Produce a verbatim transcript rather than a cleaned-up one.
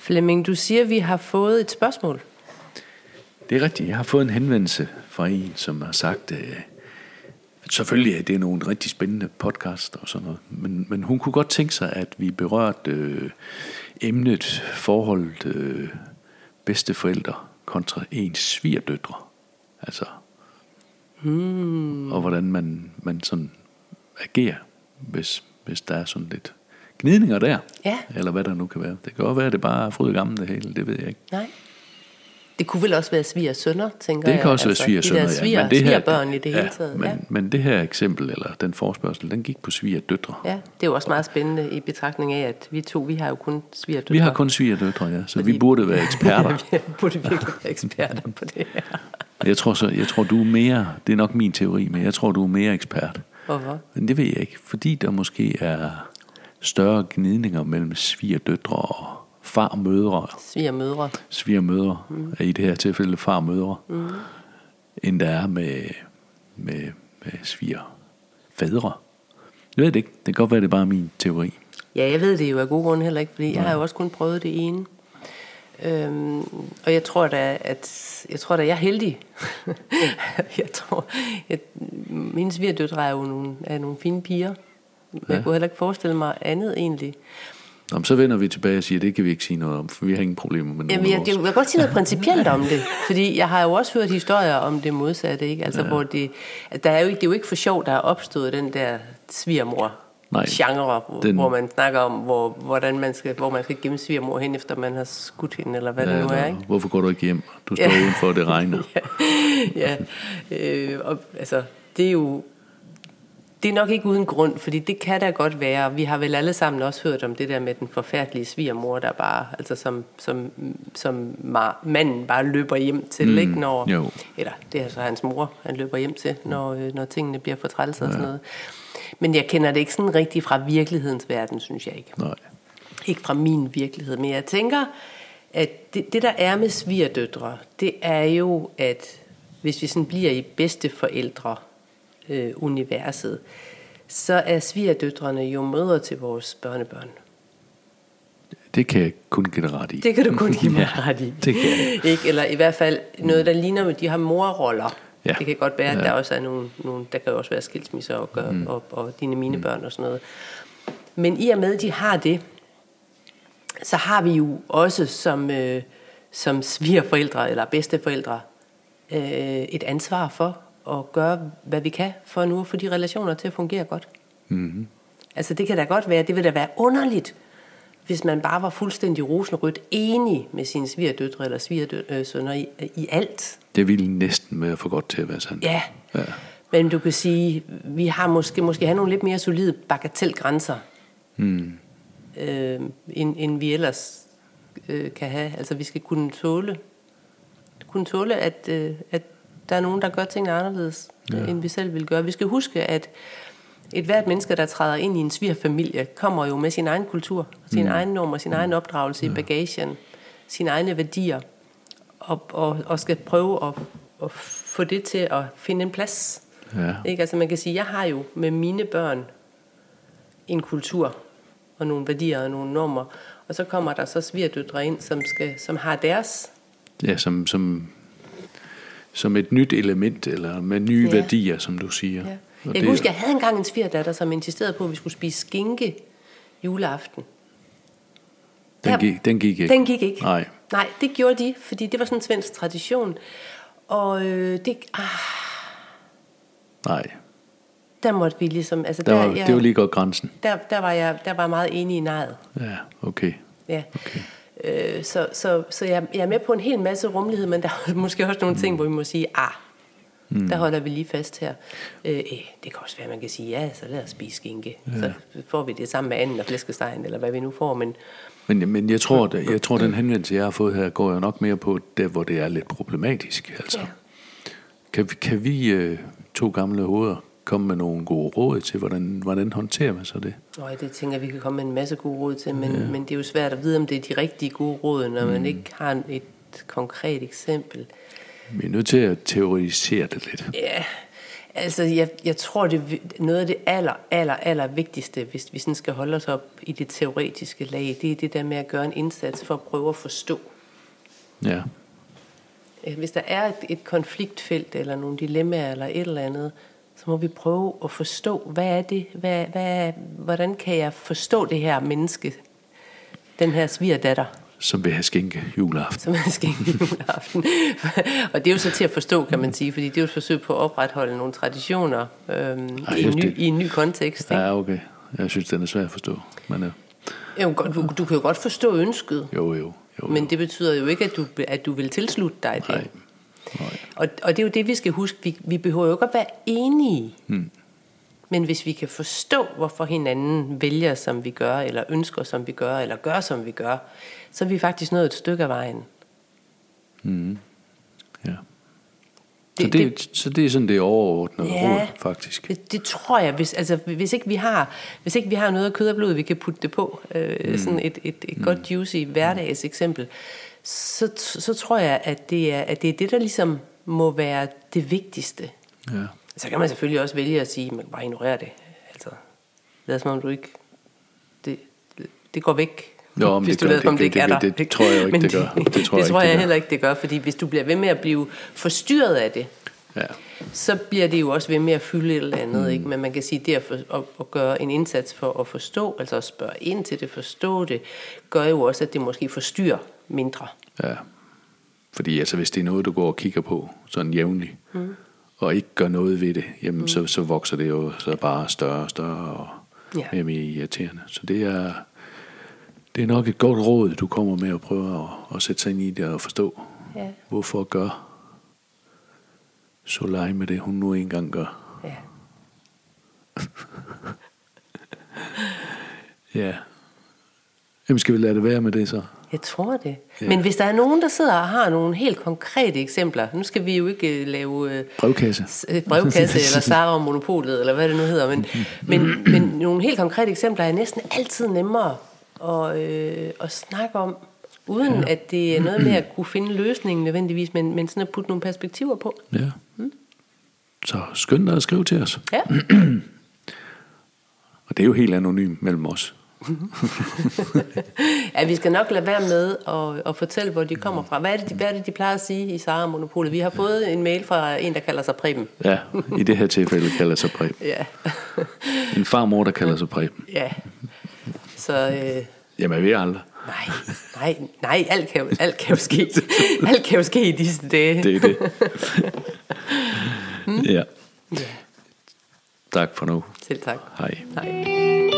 Flemming, du siger, at vi har fået et spørgsmål. Det er rigtigt. Jeg har fået en henvendelse fra en, som har sagt, øh, selvfølgelig er det nogle rigtig spændende podcast og sådan noget, men, men hun kunne godt tænke sig, at vi berørte øh, emnet forholdet øh, bedsteforældre kontra ens svigerdøtre. Altså, hmm. og hvordan man, man sådan agerer, hvis, hvis der er sådan lidt gnidninger der, ja. Eller hvad der nu kan være. Det kan også være, at det bare er fryd og gammel det hele, det ved jeg ikke. Nej. Det kunne vel også være svigersønner, tænker det jeg. Det kan også altså, være svigersønner, de sviger, ja. Men det her, svigerbørn i det hele taget. Ja, men, ja. men det her eksempel, eller den forespørgsel, den gik på svigerdøtre. Ja, det er jo også meget spændende i betragtning af, at vi to, vi har jo kun svigerdøtre. Vi har kun svigerdøtre, ja. Så Fordi vi burde være eksperter. vi burde virkelig være eksperter på det her. Jeg tror, så, jeg tror, du er mere, det er nok min teori, men jeg tror, du er mere ekspert. Hvorfor? Men det ved jeg ikke. Fordi der måske er større gnidninger mellem svigerdøtre og farmødre. Svigermødre. Svigermødre, mm. i det her tilfælde farmødre, mm. end der er med, med, med svigerfædre. Jeg ved det ikke. Det kan godt være, det er bare min teori. Ja, jeg ved det jo af gode grunde heller ikke, fordi ja. Jeg har jo også kun prøvet det ene. Øhm, og jeg tror da, at jeg tror da, jeg er heldig. jeg tror, at mine svigerdøtre er jo nogle, er nogle fine piger. Ja. Jeg kunne heller ikke forestille mig andet egentlig. Nå, så vender vi tilbage og siger, at det kan vi ikke sige noget om, for vi har ingen problemer med nogen. Jamen, jeg, jeg, jeg kan godt sige noget principielt om det, fordi jeg har jo også hørt historier om det modsatte, ikke? Altså, ja. Hvor det, der er jo ikke, det er jo ikke for sjov, der er opstået den der svigermor. Nej, genre, den, hvor man snakker om, hvor, hvordan man skal, hvor man skal gemme svigermor hen, efter man har skudt hende, eller hvad ja, det nu er, ikke? Hvorfor går du ikke hjem? Du står ja. Udenfor, det regner. ja, ja. Øh, og, altså, det er jo, det er nok ikke uden grund, fordi det kan da godt være. Vi har vel alle sammen også hørt om det der med den forfærdelige svigermor, der bare, altså som, som, som manden bare løber hjem til, mm, ikke? Når, jo. Eller det er så hans mor, han løber hjem til, når, når tingene bliver for træls og ja. Sådan noget. Men jeg kender det ikke sådan rigtig fra virkelighedens verden, synes jeg ikke. Nej. Ikke fra min virkelighed, men jeg tænker, at det, det der er med svigerdøtre, det er jo, at hvis vi sådan bliver i bedsteforældre øh, universet, så er svigerdøtrene jo mødre til vores børnebørn. Det kan jeg kun give dig ret i. Det kan du kun give mig ret i. Det kan jeg. Ikke? Eller i hvert fald noget, der ligner, de har morroller. Ja. Det kan godt være, at ja. Der også er nogle, nogle, der kan også være skilsmisser og, gør, mm. og, og dine mine børn og sådan noget. Men i og med, at de har det, så har vi jo også som, øh, som svigerforældre eller bedsteforældre øh, et ansvar for at gøre, hvad vi kan for nu at få de relationer til at fungere godt. Mm-hmm. Altså det kan da godt være, det vil da være underligt, hvis man bare var fuldstændig rosenrødt enig med sine svigerdøtre eller svigersønner i, i alt. Det ville næsten være for godt til at være sandt. Ja. ja, men du kan sige, vi har måske, måske have nogle lidt mere solide bagatelgrænser, mm. øh, end, end vi ellers øh, kan have. Altså vi skal kunne tåle, kunne tåle at, øh, at der er nogen, der gør tingene anderledes, ja. End vi selv vil gøre. Vi skal huske, at et hvert menneske, der træder ind i en svigerfamilie, kommer jo med sin egen kultur, sin mm. egen normer, sin egen opdragelse ja. I bagagen, sine egne værdier, og, og, og skal prøve at, at få det til at finde en plads. Ja. Ikke? Altså man kan sige, jeg har jo med mine børn en kultur, og nogle værdier og nogle normer, og så kommer der så svigerdøtre ind, som, skal, som har deres. Ja, som, som, som et nyt element, eller med nye ja. Værdier, som du siger. Ja. Jeg kan huske, jeg havde engang en svigerdatter, som insisterede på, at vi skulle spise skinke juleaften. Den, der, gik, den gik ikke? Den gik ikke. Nej. Nej, det gjorde de, fordi det var sådan en svensk tradition. Og øh, det... Ah, Nej. Der måtte vi ligesom... Altså, der var, der, jeg, det var lige godt grænsen. Der, der, var jeg, der var jeg meget enig i nejet. Ja, okay. Ja. Okay. Øh, så så, så jeg, jeg er med på en hel masse rummelighed, men der er måske også nogle mm. ting, hvor vi må sige, ah, Mm. der holder vi lige fast her. Øh, det kan også være, at man kan sige, ja, så lad os spise skinke. Ja. Så får vi det sammen med anden og flæskestegen, eller hvad vi nu får. Men, men, men jeg tror, at, jeg tror, den henvendelse, jeg har fået her, går jo nok mere på der, hvor det er lidt problematisk. Altså. Ja. Kan, kan vi øh, to gamle hoveder komme med nogle gode råd til, hvordan, hvordan håndterer man så det? Øj, det tænker jeg, vi kan komme med en masse gode råd til, men, ja. Men det er jo svært at vide, om det er de rigtige gode råd, når mm. man ikke har et konkret eksempel. Vi er nødt til at teoretisere det lidt. Ja, Altså, jeg, jeg tror, det er noget af det aller, aller, aller vigtigste, hvis vi sådan skal holde os op i det teoretiske lag, det er det der med at gøre en indsats for at prøve at forstå. Ja. Hvis der er et, et konfliktfelt, eller nogle dilemmaer, eller et eller andet, så må vi prøve at forstå, hvad er det, hvad, hvad, hvordan kan jeg forstå det her menneske, den her svigerdatter. Som vil have skænke juleaften. Som vil have skænke juleaften. Og det er jo så til at forstå, kan man sige, fordi det er jo et forsøg på at opretholde nogle traditioner øhm, Ej, i, en ny, i en ny kontekst. Ikke? Ja, okay. Jeg synes, den er svær at forstå. Men, ja. jo, du, du kan jo godt forstå ønsket. Jo, jo. Jo, men det betyder jo ikke, at du, at du vil tilslutte dig det. Nej. Nej. Og, og det er jo det, vi skal huske. Vi, vi behøver jo ikke at være enige. Hmm. Men hvis vi kan forstå, hvorfor hinanden vælger, som vi gør, eller ønsker, som vi gør, eller gør, som vi gør, så er vi faktisk nået et stykke af vejen. Hmm. Ja. Det, så, det, det, så det er sådan det overordnede ja, råd, faktisk. Det, det tror jeg. Hvis, altså, hvis, ikke vi har, hvis ikke vi har noget af kød og blod, vi kan putte det på, øh, mm. sådan et, et, et mm. godt juicy hverdags eksempel, så, så tror jeg, at det, er, at det er det, der ligesom må være det vigtigste. Ja. Så kan man selvfølgelig også vælge at sige, at man kan bare ignorere det. Altså, lad som om du ikke... Det, det går væk. Jo, hvis du det, lader som det, det ikke er der. Det, det tror jeg jo ikke, det gør. Det, det tror jeg, det tror jeg, jeg heller ikke, det gør. Fordi hvis du bliver ved med at blive forstyrret af det, ja. så bliver det jo også ved med at fylde et eller andet. Mm. Ikke? Men man kan sige, det at, for, at, at gøre en indsats for at forstå, altså at spørge ind til det, forstå det, gør jo også, at det måske forstyrrer mindre. Ja, fordi altså, hvis det er noget, du går og kigger på sådan jævnligt, mm. og ikke gør noget ved det, jamen mm. så, så vokser det jo så bare større og større og ja. mere, mere irriterende. Så det er, det er nok et godt råd, du kommer med at prøve at, at sætte sig ind i det og forstå, ja. hvorfor gør så lege med det, hun nu engang gør. Ja. ja. Jamen skal vi lade det være med det så? Jeg tror det. Ja. Men hvis der er nogen, der sidder og har nogle helt konkrete eksempler, nu skal vi jo ikke lave brevkasse, brevkasse eller Sara og Monopolet, eller hvad det nu hedder, men, men, men nogle helt konkrete eksempler er næsten altid nemmere at, øh, at snakke om, uden ja. at det er noget med at kunne finde løsningen nødvendigvis, men, men sådan at putte nogle perspektiver på. Ja. Mm. Så skynd dig at skrive til os. Ja. Og det er jo helt anonymt mellem os. Ja, vi skal nok lade være med at, at fortælle, hvor de kommer fra. Hvad er, det, hvad er det, de plejer at sige i Sara og Monopolet? Vi har fået en mail fra en, der kalder sig Preben. Ja, i det her tilfælde kalder sig Preben. Ja. En farmor, der kalder sig Preben. Ja. Så... Øh... Jamen, jeg ved aldrig. Nej, nej, nej, alt kan, alt kan jo ske. Alt kan jo ske i disse dage. Det er det. hmm? Ja. Ja. Tak for nu. Selv tak. Hej. Hej.